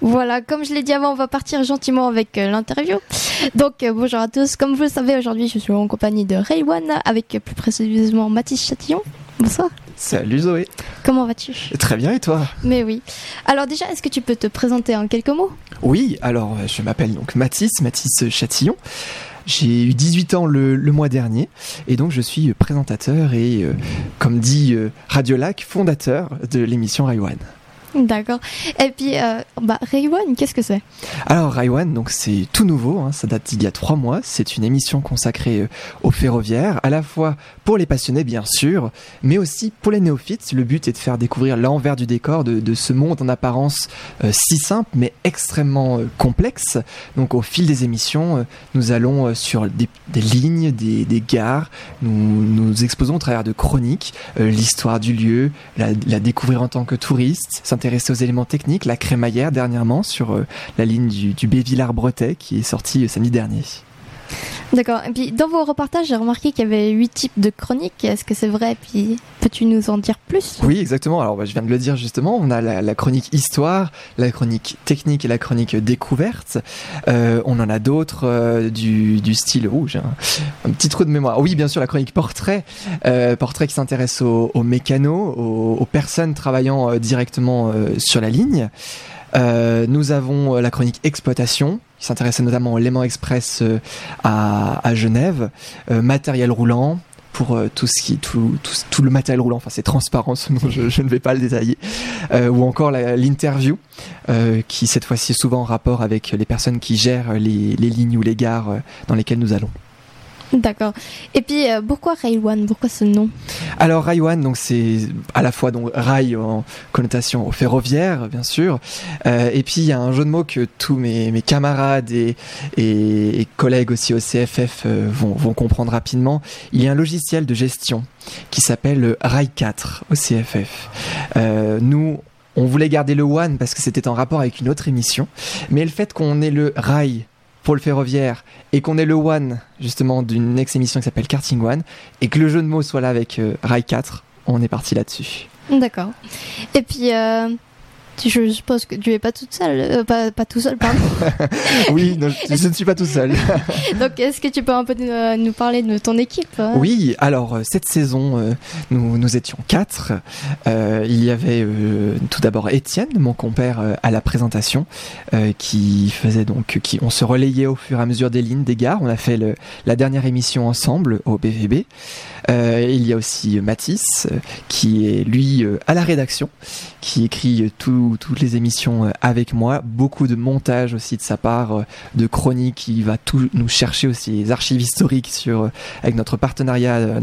Voilà, comme je l'ai dit avant, on va partir gentiment avec l'interview. Donc bonjour à tous, comme vous le savez, aujourd'hui je suis en compagnie de Raywan, avec plus précisément Mathis Chatillon. Bonsoir. Salut Zoé. Comment vas-tu ? Très bien, et toi ? Mais oui. Alors déjà, est-ce que tu peux te présenter en quelques mots ? Oui, alors je m'appelle donc Mathis Chatillon. J'ai eu 18 ans le mois dernier et donc je suis présentateur et, comme dit Radio Lac, fondateur de l'émission Raywan. D'accord. Et puis, Raywan, qu'est-ce que c'est ? Alors Raywan, donc c'est tout nouveau, ça date d'il y a 3 mois. C'est une émission consacrée aux ferroviaires, à la fois pour les passionnés bien sûr, mais aussi pour les néophytes. Le but est de faire découvrir l'envers du décor de ce monde en apparence si simple, mais extrêmement complexe. Donc au fil des émissions, nous allons sur des lignes, des gares, nous exposons au travers de chroniques l'histoire du lieu, la découvrir en tant que touriste, s'intéresser aux éléments techniques, la crémaillère dernièrement sur la ligne du Bévillard-Bretais qui est sortie samedi dernier. D'accord. Et puis dans vos reportages, j'ai remarqué qu'il y avait 8 types de chroniques. Est-ce que c'est vrai ? Puis peux-tu nous en dire plus ? Oui, exactement. Alors je viens de le dire justement. On a la chronique histoire, la chronique technique et la chronique découverte. On en a d'autres du style. J'ai un petit trou de mémoire. Oui, bien sûr, la chronique portrait, portrait qui s'intéresse aux mécanos, aux personnes travaillant directement sur la ligne. Nous avons la chronique exploitation qui s'intéressait notamment au Léman Express à Genève, matériel roulant pour tout le matériel roulant, enfin c'est transparent ce nom, je ne vais pas le détailler, ou encore l'interview qui cette fois-ci est souvent en rapport avec les personnes qui gèrent les lignes ou les gares dans lesquelles nous allons. D'accord. Et puis pourquoi Raywan ? Pourquoi ce nom ? Alors Raywan, donc c'est à la fois donc rail en connotation au ferroviaire bien sûr, et puis il y a un jeu de mots que tous mes camarades et collègues aussi au CFF vont comprendre rapidement. Il y a un logiciel de gestion qui s'appelle Rail 4 au CFF. Nous on voulait garder le One parce que c'était en rapport avec une autre émission, mais le fait qu'on ait le rail pour le ferroviaire et qu'on ait le One justement d'une ex-émission qui s'appelle Karting One et que le jeu de mots soit là avec Rail 4, on est parti là-dessus. D'accord. Et puis je suppose que tu n'es pas toute seule, pas tout seul, pardon. Oui, non, je ne suis pas tout seul. Donc, est-ce que tu peux un peu nous parler de ton équipe ? Oui, alors cette saison, nous étions 4. Il y avait tout d'abord Étienne, mon compère, à la présentation, on se relayait au fur et à mesure des lignes, des gares. On a fait la dernière émission ensemble au BVB. Il y a aussi Mathis, qui est lui à la rédaction, qui écrit toutes les émissions avec moi, beaucoup de montage aussi de sa part, de chroniques, il va tout nous chercher aussi les archives historiques avec notre partenaire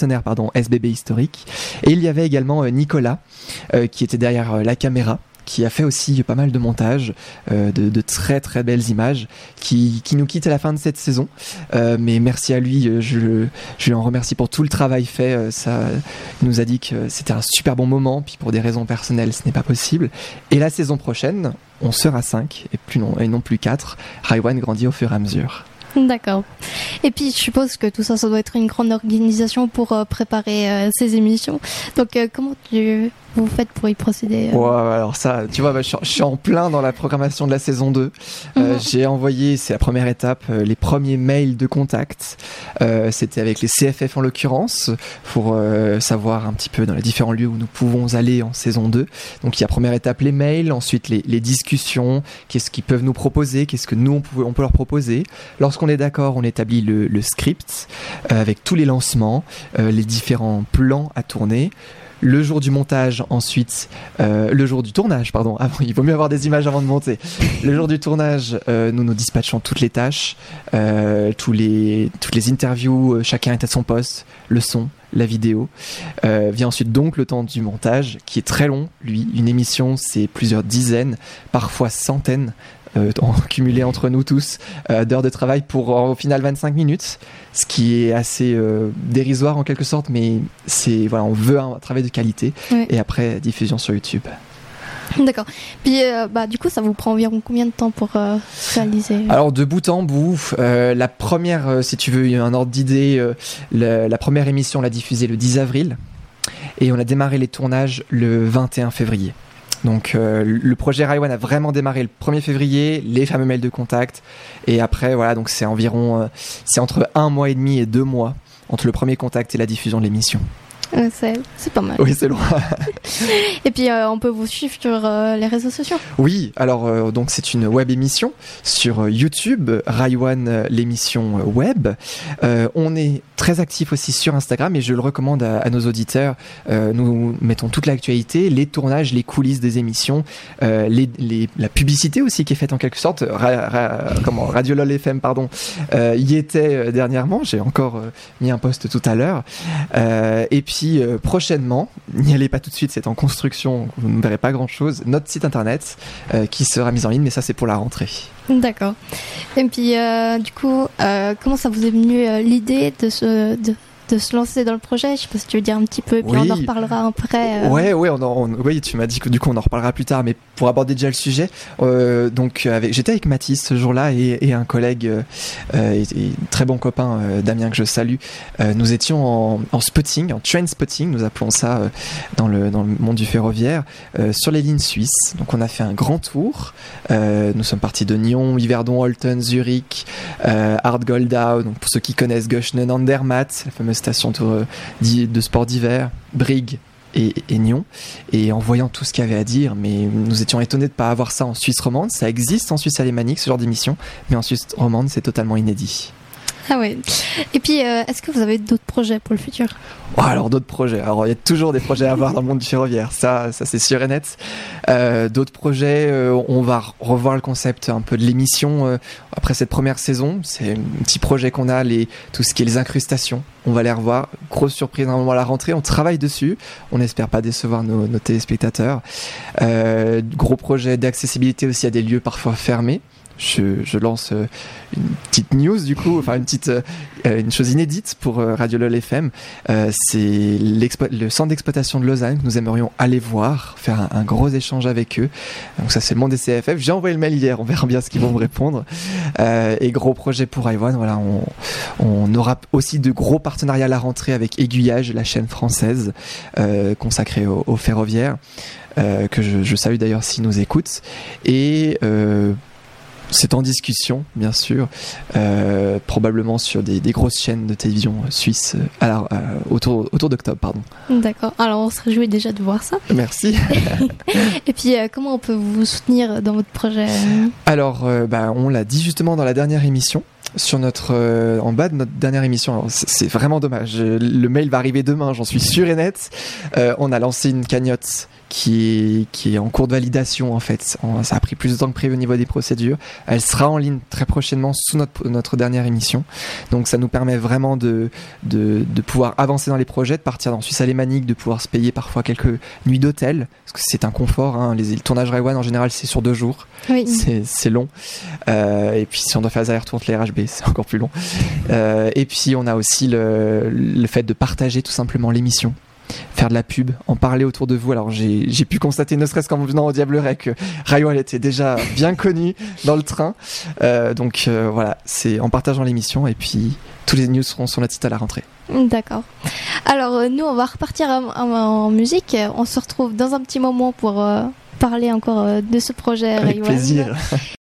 SBB Historique. Et il y avait également Nicolas qui était derrière la caméra, qui a fait aussi pas mal de montages, de très très belles images, qui nous quitte à la fin de cette saison. Mais merci à lui, je lui en remercie pour tout le travail fait. Il nous a dit que c'était un super bon moment, puis pour des raisons personnelles, ce n'est pas possible. Et la saison prochaine, on sera 5 et non plus 4. Raywan grandit au fur et à mesure. D'accord. Et puis, je suppose que tout ça doit être une grande organisation pour préparer ces émissions. Donc, comment vous faites pour y procéder alors ça, tu vois, je suis en plein dans la programmation de la saison 2. J'ai envoyé, c'est la première étape, les premiers mails de contact. C'était avec les CFF en l'occurrence, pour savoir un petit peu dans les différents lieux où nous pouvons aller en saison 2. Donc il y a première étape les mails, ensuite les discussions, qu'est-ce qu'ils peuvent nous proposer, qu'est-ce que nous on peut leur proposer. Lorsqu'on est d'accord, on établit le script avec tous les lancements, les différents plans à tourner. Le jour du montage, ensuite, le jour du tournage, pardon. Il vaut mieux avoir des images avant de monter. Le jour du tournage, nous dispatchons toutes les tâches, toutes les interviews, chacun est à son poste, le son, la vidéo. Vient ensuite donc le temps du montage, qui est très long. Lui, une émission, c'est plusieurs dizaines, parfois centaines, cumulé entre nous tous d'heures de travail pour au final 25 minutes, ce qui est assez dérisoire en quelque sorte, mais on veut un travail de qualité. Oui. Et après diffusion sur YouTube. D'accord. Puis du coup ça vous prend environ combien de temps pour réaliser ? Alors de bout en bout, la première, si tu veux un ordre d'idée, la première émission on l'a diffusée le 10 avril et on a démarré les tournages le 21 février. Donc le projet Raiwan a vraiment démarré le 1er février, les fameux mails de contact. Et après, voilà, donc c'est environ, c'est entre 1 mois et demi et 2 mois entre le premier contact et la diffusion de l'émission. C'est pas mal. Oui, c'est loin. Et puis on peut vous suivre sur les réseaux sociaux. Oui, alors donc c'est une web émission sur YouTube, Raiwan l'émission web. On est très actif aussi sur Instagram et je le recommande à nos auditeurs. Nous mettons toute l'actualité, les tournages, les coulisses des émissions, la publicité aussi qui est faite en quelque sorte. Radio LOL FM, pardon, y était dernièrement. J'ai encore mis un post tout à l'heure. Et puis prochainement, n'y allez pas tout de suite, c'est en construction, vous ne verrez pas grand chose, notre site internet qui sera mis en ligne, mais ça c'est pour la rentrée. D'accord. Et puis du coup, comment ça vous est venu l'idée de se lancer dans le projet? Je sais pas si tu veux dire un petit peu, et puis on en reparlera après. Oui, tu m'as dit que du coup on en reparlera plus tard, mais pour aborder déjà le sujet, j'étais avec Mathis ce jour-là et un collègue et très bon copain Damien que je salue. Nous étions en spotting, en train spotting, nous appelons ça dans le monde du ferroviaire, sur les lignes suisses. Donc on a fait un grand tour. Nous sommes partis de Nyon, Yverdon, Olten, Zurich, Hart-Goldau. Donc pour ceux qui connaissent Gochnen, Andermatt, la fameuse station de sport d'hiver, Brigue et Nyon, et en voyant tout ce qu'il y avait à dire, mais nous étions étonnés de ne pas avoir ça en Suisse romande. Ça existe en Suisse alémanique, ce genre d'émission, mais en Suisse romande c'est totalement inédit. Ah ouais. Et puis est-ce que vous avez d'autres projets pour le futur? Alors d'autres projets, alors il y a toujours des projets à avoir dans le monde du ferroviaire, ça c'est sûr et net. D'autres projets, on va revoir le concept un peu de l'émission après cette première saison. C'est un petit projet qu'on a, tout ce qui est les incrustations, on va les revoir. Grosse surprise à un moment à la rentrée, on travaille dessus, on n'espère pas décevoir nos téléspectateurs. Gros projet d'accessibilité aussi à des lieux parfois fermés. Je lance une petite news du coup, enfin une chose inédite pour Radio LOL FM. C'est le centre d'exploitation de Lausanne que nous aimerions aller voir, faire un gros échange avec eux. Donc ça c'est le monde des CFF. J'ai envoyé le mail hier, on verra bien ce qu'ils vont me répondre. Et gros projet pour Raiwan. Voilà, on aura aussi de gros partenariats à la rentrée avec Aiguillage, la chaîne française consacrée aux ferroviaires, que je salue d'ailleurs s'ils nous écoutent. Et c'est en discussion, bien sûr, probablement sur des grosses chaînes de télévision suisses autour d'octobre, pardon. D'accord. Alors, on se réjouit déjà de voir ça. Merci. Et puis, comment on peut vous soutenir dans votre projet? Alors, on l'a dit justement dans la dernière émission. En bas de notre dernière émission, alors c'est vraiment dommage. Le mail va arriver demain, j'en suis sûr et net. On a lancé une cagnotte qui est en cours de validation en fait. Ça a pris plus de temps que prévu au niveau des procédures. Elle sera en ligne très prochainement sous notre dernière émission. Donc ça nous permet vraiment de pouvoir avancer dans les projets, de partir dans Suisse alémanique, de pouvoir se payer parfois quelques nuits d'hôtel, parce que c'est un confort. Hein. Le tournage Raiwan en général c'est sur 2 jours. Oui. C'est long. Et puis si on doit faire les allers-retours entre les RHB, c'est encore plus long. Et puis on a aussi le fait de partager tout simplement l'émission, faire de la pub, en parler autour de vous. Alors j'ai pu constater, ne serait-ce qu'en venant au Diableret, que Raiwan était déjà bien connu dans le train. Donc voilà, c'est en partageant l'émission, et puis tous les news seront sur notre site à la rentrée. D'accord. Alors nous on va repartir en musique. On se retrouve dans un petit moment pour parler encore de ce projet avec Raiwan. Plaisir.